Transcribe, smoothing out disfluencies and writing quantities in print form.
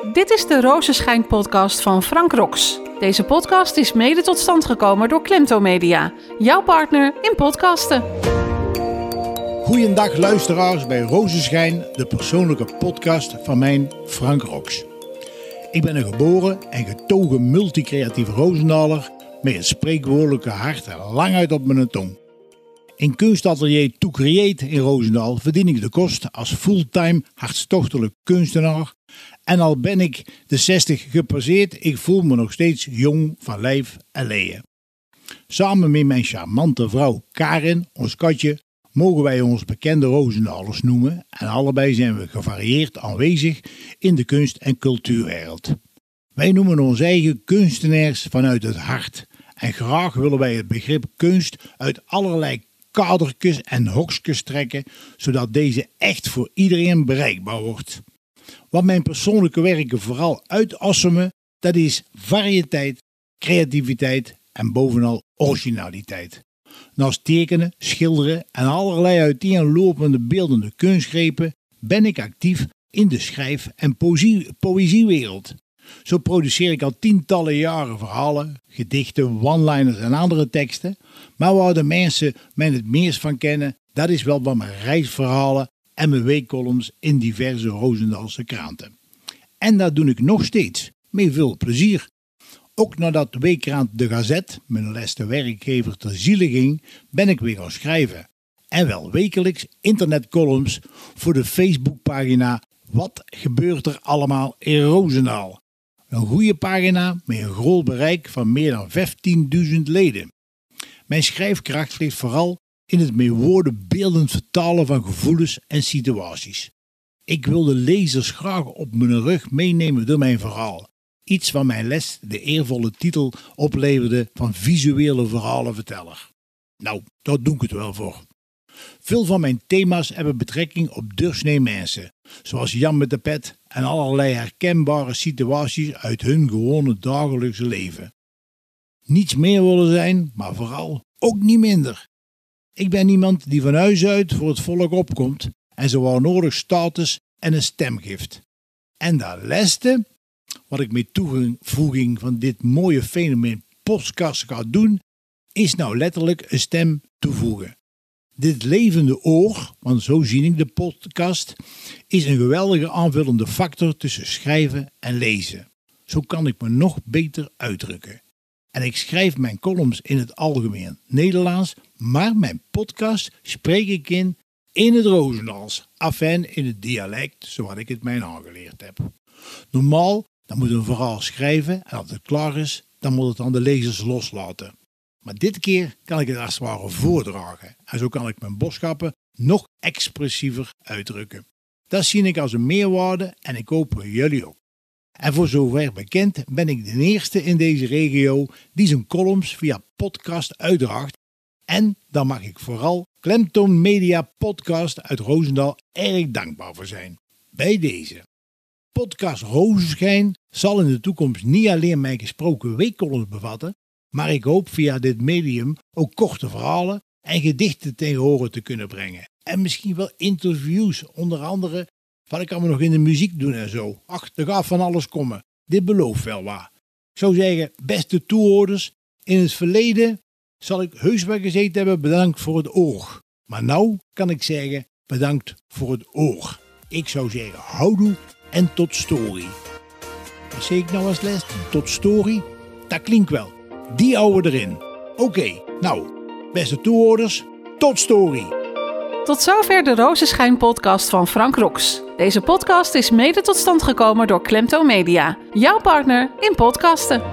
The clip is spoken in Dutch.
Dit is de Rozenschijn podcast van Frank Rox. Deze podcast is mede tot stand gekomen door Klemto Media, jouw partner in podcasten. Goeiedag luisteraars bij Rozenschijn, de persoonlijke podcast van mijn Frank Rox. Ik ben een geboren en getogen multicreatief Roosendaler met een spreekwoordelijke hart lang uit op mijn tong. In kunstatelier To Create in Roosendaal verdien ik de kost als fulltime hartstochtelijk kunstenaar. En al ben ik de 60 gepasseerd, ik voel me nog steeds jong van lijf en leden. Samen met mijn charmante vrouw Karin, ons katje, mogen wij ons bekende Roosendalers noemen. En allebei zijn we gevarieerd aanwezig in de kunst- en cultuurwereld. Wij noemen ons eigen kunstenaars vanuit het hart. En graag willen wij het begrip kunst uit allerlei kadertjes en hokjes trekken, zodat deze echt voor iedereen bereikbaar wordt. Wat mijn persoonlijke werken vooral uitasemen, dat is variëteit, creativiteit en bovenal originaliteit. Naast tekenen, schilderen en allerlei uiteenlopende beeldende kunstgrepen ben ik actief in de schrijf- en poëziewereld. Zo produceer ik al tientallen jaren verhalen, gedichten, one-liners en andere teksten. Maar waar de mensen mij het meest van kennen, dat is wel van mijn reisverhalen en mijn weekcolumns in diverse Roosendaalse kranten. En dat doe ik nog steeds, met veel plezier. Ook nadat de weekkrant De Gazette, mijn laatste werkgever, ter ziele ging, ben ik weer gaan schrijven. En wel wekelijks internetcolumns voor de Facebookpagina Wat gebeurt er allemaal in Roosendaal? Een goede pagina met een groot bereik van meer dan 15.000 leden. Mijn schrijfkracht ligt vooral in het met woorden beeldend vertalen van gevoelens en situaties. Ik wil de lezers graag op mijn rug meenemen door mijn verhaal. Iets wat mijn les de eervolle titel opleverde van visuele verhalenverteller. Nou, daar doe ik het wel voor. Veel van mijn thema's hebben betrekking op doorsnee mensen, zoals Jan met de pet en allerlei herkenbare situaties uit hun gewone dagelijkse leven. Niets meer willen zijn, maar vooral ook niet minder. Ik ben iemand die van huis uit voor het volk opkomt en zo waar nodig status en een stem geeft. En dat laatste, wat ik met toevoeging van dit mooie fenomeen podcast ga doen, is nou letterlijk een stem toevoegen. Dit levende oor, want zo zie ik de podcast, is een geweldige aanvullende factor tussen schrijven en lezen. Zo kan ik me nog beter uitdrukken. En ik schrijf mijn columns in het algemeen Nederlands, maar mijn podcast spreek ik in het Roosendaals, afijn in het dialect, zoals ik het mij aangeleerd heb. Normaal, dan moet een verhaal schrijven en als het klaar is, dan moet het aan de lezers loslaten. Maar dit keer kan ik het als het ware voordragen en zo kan ik mijn boodschappen nog expressiever uitdrukken. Dat zie ik als een meerwaarde en ik hoop jullie ook. En voor zover bekend ben ik de eerste in deze regio die zijn columns via podcast uitdraagt. En daar mag ik vooral Klemto Media Podcast uit Roosendaal erg dankbaar voor zijn. Bij deze. Podcast Rozenschijn zal in de toekomst niet alleen mijn gesproken weekcolumns bevatten, maar ik hoop via dit medium ook korte verhalen en gedichten tegen horen te kunnen brengen. En misschien wel interviews, onder andere wat ik allemaal nog in de muziek doen en zo. Ach, er gaat van alles komen. Dit belooft wel wat. Ik zou zeggen, beste toehoorders, in het verleden zal ik heus wel gezeten hebben bedankt voor het oor. Maar nou kan ik zeggen, bedankt voor het oor. Ik zou zeggen, houdoe en tot story. Wat zeg ik nou als les? Tot story? Dat klinkt wel. Die houden we erin. Oké, nou, beste toehoorders, tot story. Tot zover de Rozenschijn podcast van Frank Rox. Deze podcast is mede tot stand gekomen door Klemto Media, jouw partner in podcasten.